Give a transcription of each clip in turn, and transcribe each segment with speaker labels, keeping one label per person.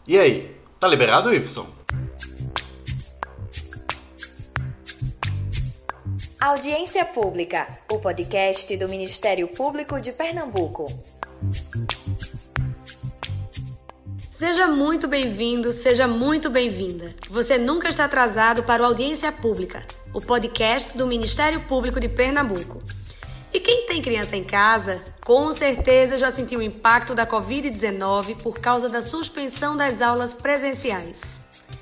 Speaker 1: E aí, tá liberado, Iveson?
Speaker 2: Audiência Pública, o podcast do Ministério Público de Pernambuco.
Speaker 3: Seja muito bem-vindo, seja muito bem-vinda. Você nunca está atrasado para o Audiência Pública, o podcast do Ministério Público de Pernambuco. E quem tem criança em casa, com certeza já sentiu o impacto da Covid-19 por causa da suspensão das aulas presenciais.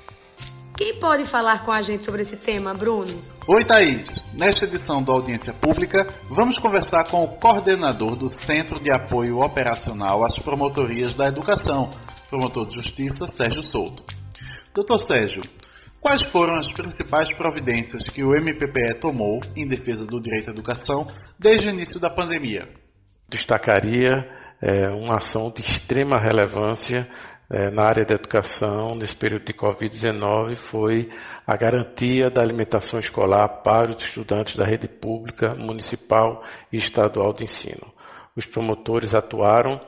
Speaker 3: Quem pode falar com a gente sobre esse tema, Bruno?
Speaker 4: Oi, Thaís. Nesta edição do Audiência Pública, vamos conversar com o coordenador do Centro de Apoio Operacional às Promotorias da Educação, promotor de Justiça, Sérgio Souto. Dr. Sérgio, quais foram as principais providências que o MPPE tomou em defesa do direito à educação desde o início da pandemia?
Speaker 5: Destacaria uma ação de extrema relevância na área da educação nesse período de Covid-19, foi a garantia da alimentação escolar para os estudantes da rede pública, municipal e estadual de ensino. Os promotores atuaram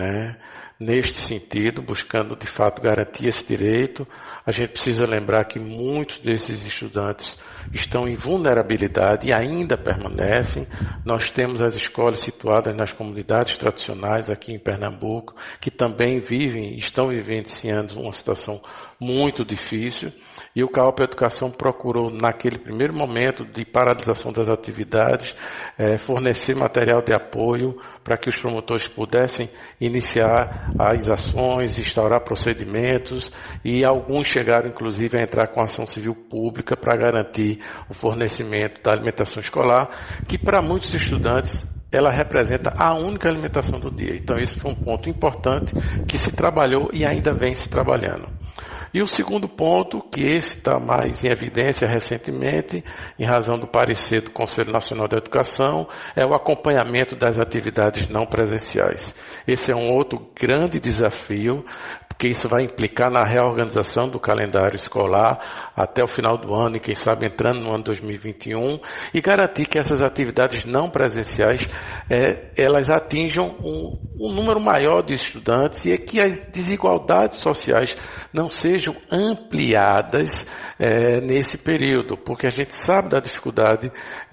Speaker 5: neste sentido, buscando de fato garantir esse direito. A gente precisa lembrar que muitos desses estudantes estão em vulnerabilidade e ainda permanecem. Nós temos as escolas situadas nas comunidades tradicionais aqui em Pernambuco, que também estão vivenciando uma situação muito difícil. E o CAOP Educação procurou, naquele primeiro momento de paralisação das atividades, fornecer material de apoio para que os promotores pudessem iniciar as ações, instaurar procedimentos, e alguns chegaram inclusive a entrar com ação civil pública para garantir o fornecimento da alimentação escolar, que para muitos estudantes ela representa a única alimentação do dia. Então esse foi um ponto importante que se trabalhou e ainda vem se trabalhando. E o segundo ponto, que esse está mais em evidência recentemente, em razão do parecer do Conselho Nacional da Educação, é o acompanhamento das atividades não presenciais. Esse é um outro grande desafio, porque isso vai implicar na reorganização do calendário escolar até o final do ano e, quem sabe, entrando no ano 2021, e garantir que essas atividades não presenciais elas atinjam um número maior de estudantes e que as desigualdades sociais não sejam ampliadas nesse período, porque a gente sabe da dificuldade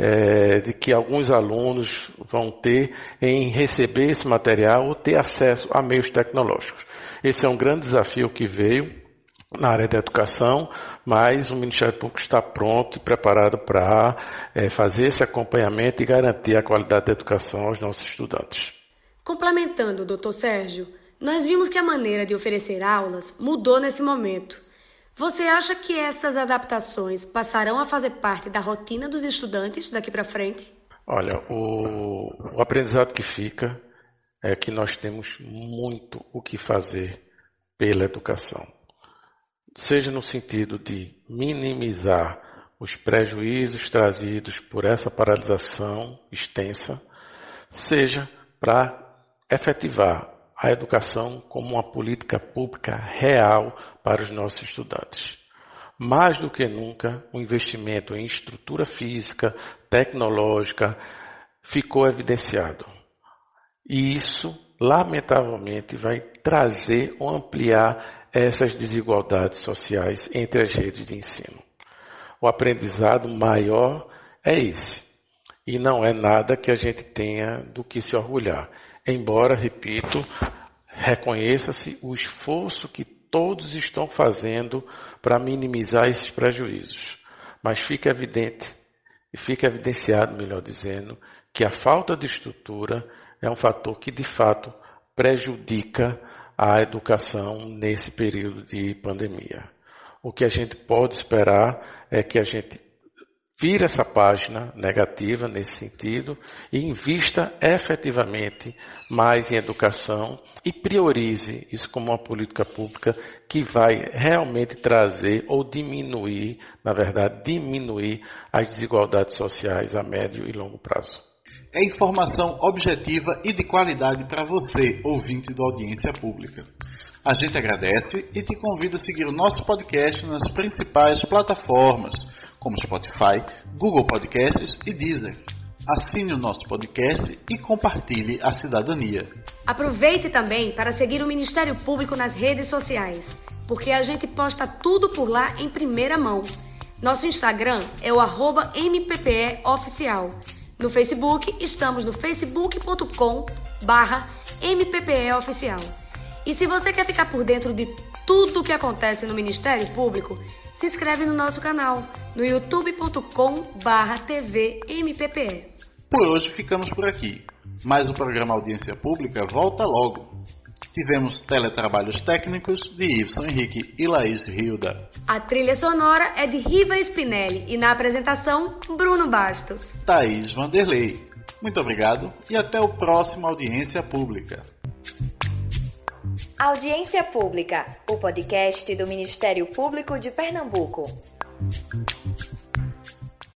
Speaker 5: de que alguns alunos vão ter em receber esse material ou ter acesso a meios tecnológicos. Esse é um grande desafio que veio na área da educação, mas o Ministério Público está pronto e preparado para fazer esse acompanhamento e garantir a qualidade da educação aos nossos estudantes.
Speaker 3: Complementando, Dr. Sérgio, nós vimos que a maneira de oferecer aulas mudou nesse momento. Você acha que essas adaptações passarão a fazer parte da rotina dos estudantes daqui para frente?
Speaker 5: Olha, o aprendizado que fica é que nós temos muito o que fazer pela educação. Seja no sentido de minimizar os prejuízos trazidos por essa paralisação extensa, seja para efetivar a educação como uma política pública real para os nossos estudantes. Mais do que nunca, o investimento em estrutura física, tecnológica, ficou evidenciado. E isso, lamentavelmente, vai trazer ou ampliar essas desigualdades sociais entre as redes de ensino. O aprendizado maior é esse. E não é nada que a gente tenha do que se orgulhar. Embora, repito, reconheça-se o esforço que todos estão fazendo para minimizar esses prejuízos. Mas fica evidente, e fica evidenciado, melhor dizendo, que a falta de estrutura é um fator que, de fato, prejudica a educação nesse período de pandemia. O que a gente pode esperar é que a gente vire essa página negativa nesse sentido e invista efetivamente mais em educação e priorize isso como uma política pública que vai realmente trazer ou diminuir, na verdade, diminuir as desigualdades sociais a médio e longo prazo.
Speaker 4: É informação objetiva e de qualidade para você, ouvinte do Audiência Pública. A gente agradece e te convida a seguir o nosso podcast nas principais plataformas, como Spotify, Google Podcasts e Deezer. Assine o nosso podcast e compartilhe a cidadania.
Speaker 3: Aproveite também para seguir o Ministério Público nas redes sociais. porque a gente posta tudo por lá em primeira mão. Nosso Instagram é o @MPPEOficial. No Facebook, estamos no facebook.com/MPPEOficial. E se você quer ficar por dentro de tudo o que acontece no Ministério Público, se inscreve no nosso canal, no youtube.com/TVMPPE.
Speaker 4: Por hoje ficamos por aqui, mas o programa Audiência Pública volta logo. Tivemos teletrabalhos técnicos de Iveson Henrique e Laís Hilda.
Speaker 3: A trilha sonora é de Riva Spinelli e na apresentação, Bruno Bastos.
Speaker 4: Thaís Vanderlei. Muito obrigado e até o próximo Audiência Pública.
Speaker 2: Audiência Pública, o podcast do Ministério Público de Pernambuco.